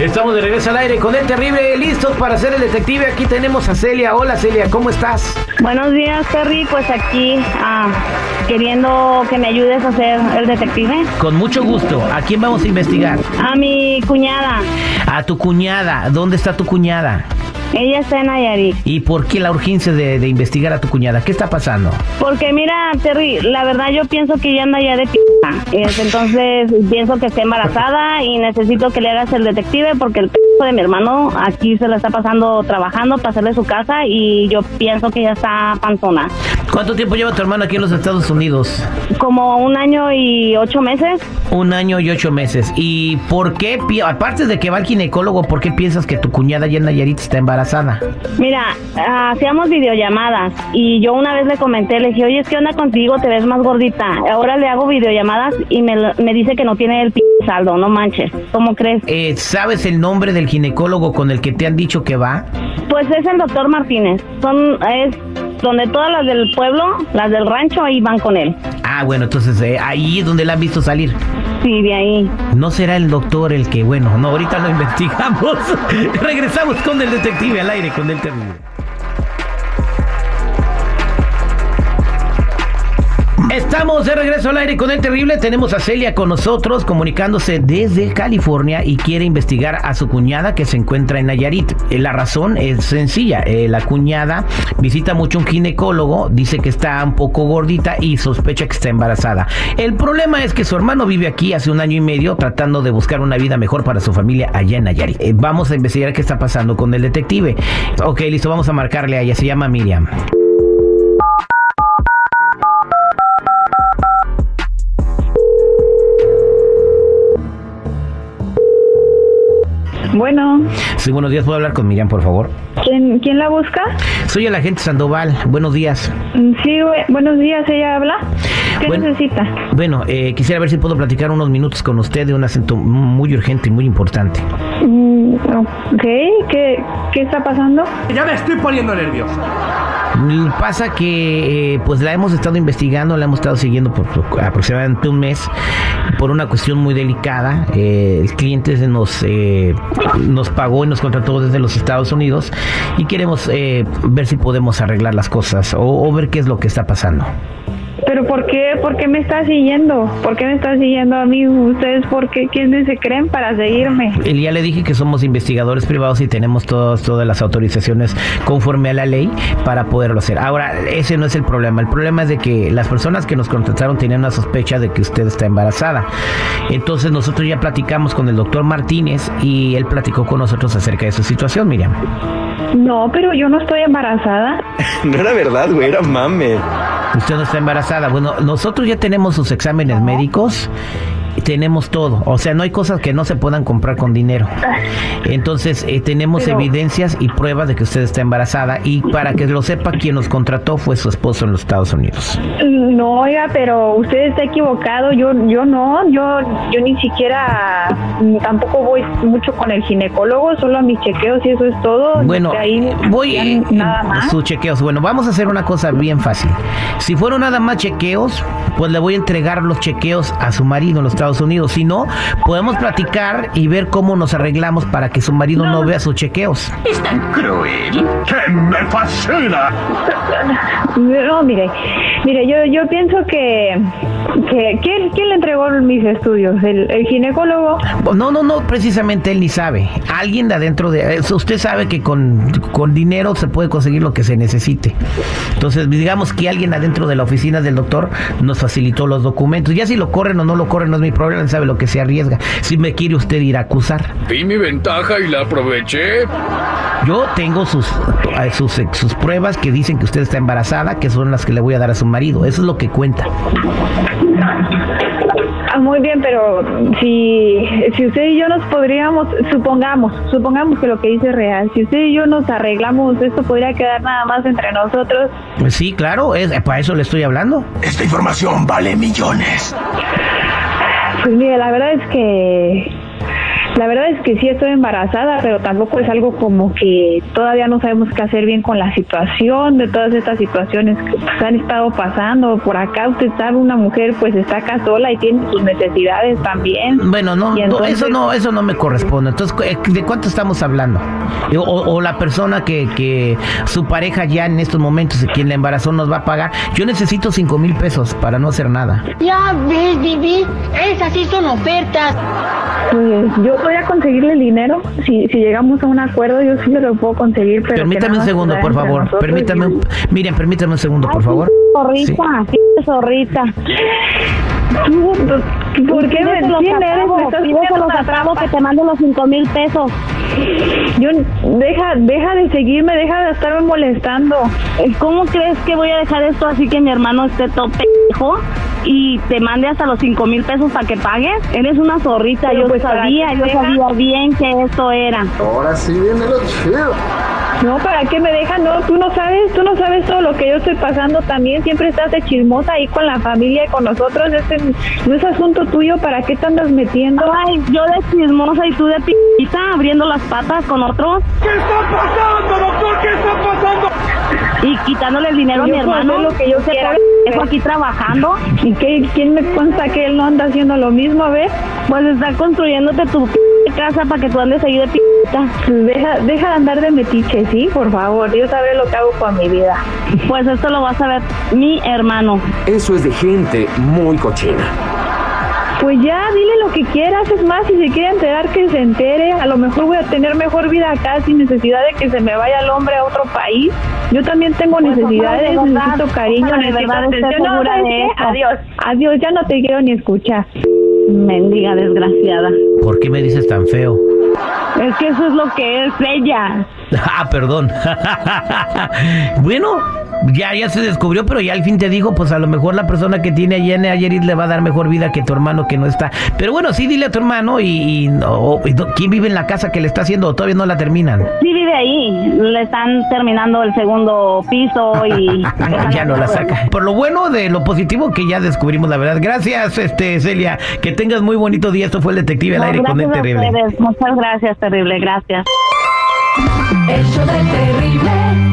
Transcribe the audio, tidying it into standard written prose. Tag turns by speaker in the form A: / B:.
A: Estamos de regreso al aire con El Terrible, listos para ser el detective. Aquí tenemos a Celia. Hola Celia, ¿cómo estás?
B: Buenos días, Terry, pues aquí queriendo que me ayudes a ser el detective.
A: Con mucho gusto. ¿A quién vamos a investigar?
B: A mi cuñada.
A: A tu cuñada. ¿Dónde está tu cuñada?
B: Ella está en Nayarit.
A: ¿Y por qué la urgencia de investigar a tu cuñada? ¿Qué está pasando?
B: Porque mira, Terry, la verdad yo pienso que ella anda ya de entonces pienso que está embarazada y necesito que le hagas el detective porque el de mi hermano aquí se la está pasando trabajando para hacerle su casa y yo pienso que ya está panzona.
A: ¿Cuánto tiempo lleva tu hermano aquí en los Estados Unidos?
B: Como 1 año y 8 meses.
A: 1 año y 8 meses. ¿Y por qué, aparte de que va al ginecólogo, por qué piensas que tu cuñada ya en Nayarit está embarazada?
B: Mira, hacíamos videollamadas y yo una vez le comenté, le dije, oye, ¿qué onda contigo? Te ves más gordita. Ahora le hago videollamadas y me dice que no tiene el saldo, no manches. ¿Cómo crees?
A: ¿Sabes el nombre del ginecólogo con el que te han dicho que va?
B: Pues es el doctor Martínez. Es donde todas las del pueblo, las del rancho, ahí van con él.
A: Ah, bueno, entonces ahí es donde la han visto salir.
B: Sí, de ahí.
A: ¿No será el doctor el que, bueno, no, ahorita lo investigamos? Regresamos con el detective al aire, con El Terrible. Estamos de regreso al aire con El Terrible. Tenemos a Celia con nosotros, comunicándose desde California y quiere investigar a su cuñada que se encuentra en Nayarit. La razón es sencilla. La cuñada visita mucho un ginecólogo, dice que está un poco gordita y sospecha que está embarazada. El problema es que su hermano vive aquí hace 1 año y medio tratando de buscar una vida mejor para su familia allá en Nayarit. Vamos a investigar qué está pasando con el detective. Ok, listo, vamos a marcarle a ella. Se llama Miriam.
C: Bueno.
A: Sí, buenos días. ¿Puedo hablar con Miriam, por favor?
C: ¿Quién la busca?
A: Soy el agente Sandoval. Buenos días.
C: Sí, buenos días. ¿Ella habla? ¿Qué necesita?
A: Bueno, quisiera ver si puedo platicar unos minutos con usted de un asunto muy urgente y muy importante.
C: Ok. ¿Qué está pasando?
D: Ya me estoy poniendo nervioso.
A: Pasa que pues la hemos estado investigando, la hemos estado siguiendo por aproximadamente 1 mes por una cuestión muy delicada. El cliente nos pagó y nos contrató desde los Estados Unidos y queremos ver si podemos arreglar las cosas o ver qué es lo que está pasando.
C: ¿Pero por qué? ¿Por qué me está siguiendo? ¿Por qué me está siguiendo a mí? ¿Ustedes por qué? ¿Quiénes se creen para seguirme?
A: Ya le dije que somos investigadores privados y tenemos todas las autorizaciones conforme a la ley para poderlo hacer. Ahora, ese no es el problema. El problema es de que las personas que nos contrataron tenían una sospecha de que usted está embarazada. Entonces nosotros ya platicamos con el doctor Martínez y él platicó con nosotros acerca de su situación, Miriam.
C: No, pero yo no estoy embarazada.
D: No era verdad, güey, era mame.
A: Usted no está embarazada. Bueno, nosotros ya tenemos sus exámenes médicos, tenemos todo. O sea, no hay cosas que no se puedan comprar con dinero. Entonces, tenemos evidencias y pruebas de que usted está embarazada. Y para que lo sepa, quien nos contrató fue su esposo en los Estados Unidos.
C: No, oiga, pero usted está equivocado. Yo no, yo ni siquiera, tampoco voy mucho con el ginecólogo, solo a mis chequeos y eso es todo.
A: Bueno,
C: ahí
A: voy
C: nada más.
A: Sus chequeos. Bueno, vamos a hacer una cosa bien fácil. Si fueron nada más chequeos, pues le voy a entregar los chequeos a su marido en los Estados Unidos. Si no, podemos platicar y ver cómo nos arreglamos para que su marido no vea sus chequeos.
E: Es tan cruel.
D: ¡Que me fascina!
C: No, mire, yo pienso que ¿quién le entregó mis estudios? ¿El ginecólogo?
A: No, precisamente él ni sabe. Alguien de adentro de... Usted sabe que con dinero se puede conseguir lo que se necesite. Entonces, digamos que alguien adentro de la oficina del doctor nos facilitó los documentos. Ya si lo corren o no lo corren no es mi problema, él sabe lo que se arriesga. Si me quiere usted ir a acusar.
E: Vi mi ventaja y la aproveché.
A: Yo tengo sus pruebas que dicen que usted está embarazada, que son las que le voy a dar a su marido. Eso es lo que cuenta.
C: Muy bien, pero si usted y yo nos podríamos, supongamos que lo que dice es real, si usted y yo nos arreglamos, esto podría quedar nada más entre nosotros.
A: Sí, claro, para eso le estoy hablando.
D: Esta información vale millones.
C: Pues mire, la verdad es que La verdad es que sí estoy embarazada, pero tampoco es algo como que todavía no sabemos qué hacer bien con la situación de todas estas situaciones que pues, han estado pasando. Por acá usted sabe, una mujer pues está acá sola y tiene sus necesidades también.
A: Bueno, no,
C: Y entonces-
A: eso no me corresponde. Entonces, ¿de cuánto estamos hablando? O la persona que su pareja ya en estos momentos, quien la embarazó, nos va a pagar. Yo necesito 5,000 pesos para no hacer nada.
F: Ya ves, Vivi, esas sí son ofertas.
C: Pues yo podría conseguirle el dinero, si llegamos a un acuerdo yo sí lo puedo conseguir, pero
A: Permítame
C: que nada
A: un
C: más
A: segundo,
C: sea
A: por
C: entre
A: favor.
C: nosotros
A: Permítame, miren, permítame un segundo, por
B: Ay,
A: favor.
B: Zorrita, zorrita.
C: Tú, ¿por qué me
B: Pídese los
C: entiendes? Me
B: atragos,
C: estás
B: pídese
C: poniendo
B: los
C: una
B: atragos
C: trampa.
B: que te mando los 5,000 pesos.
C: Yo, deja de seguirme, deja de estarme molestando.
B: ¿Cómo crees que voy a dejar esto así que mi hermano esté todo pendejo y te mande hasta los 5,000 pesos para que pagues? Eres una zorrita,
C: Pero
B: yo
C: pues, ¿para
B: sabía,
C: qué
B: yo
C: me dejas?
B: sabía bien que eso era.
G: Ahora sí viene lo chido.
C: No, ¿para qué me dejan? No, tú no sabes todo lo que yo estoy pasando también. Siempre estás de chismosa ahí con la familia y con nosotros. No es asunto tuyo, ¿para qué te andas metiendo?
B: Ay, yo de chismosa y tú de p***ita abriendo las patas con otros
D: ¿Qué está pasando, doctor? ¿Qué está pasando?
B: y quitándole el dinero a
C: Yo
B: mi
C: puedo
B: hermano.
C: hacer lo que yo
B: Ese
C: quiera.
B: pendejo aquí trabajando,
C: ¿Y quién me consta que él no anda haciendo lo mismo? A ver,
B: pues está construyéndote tu casa para que tú andes ahí de p***ita.
C: pues deja de andar de metiche, ¿sí? Por favor, yo sabré lo que hago con mi vida.
B: Pues esto lo va a saber mi hermano.
H: Eso es de gente muy cochina.
C: Pues ya, dile lo que quieras, es más, si se quiere enterar, que se entere. A lo mejor voy a tener mejor vida acá sin necesidad de que se me vaya el hombre a otro país. Yo también tengo
B: Pues,
C: necesidades,
B: ojalá de verdad,
C: necesito cariño,
B: ojalá de
C: necesito
B: verdad esté
C: atención. No,
B: segura
C: ¿sabes
B: de
C: qué?
B: eso.
C: Adiós, ya no te quiero ni escuchar.
B: Mendiga desgraciada.
A: ¿Por qué me dices tan feo?
B: Es que eso es lo que es ella.
A: Ah, perdón. Bueno, ya se descubrió, pero ya al fin te digo, pues a lo mejor la persona que tiene allá en Nayarit le va a dar mejor vida que tu hermano que no está. Pero bueno, sí, dile a tu hermano ¿quién vive en la casa que le está haciendo o todavía no la terminan?
B: Sí vive ahí, le están terminando el segundo piso y...
A: Ya no la saca. Por lo bueno de lo positivo que ya descubrimos la verdad. Gracias, Celia. Que tengas muy bonito día. Esto fue el Detective al
B: No,
A: Aire con
B: gracias
A: el
B: a
A: Terrible.
B: ustedes. Muchas gracias, Terrible, gracias.
I: El show del terrible.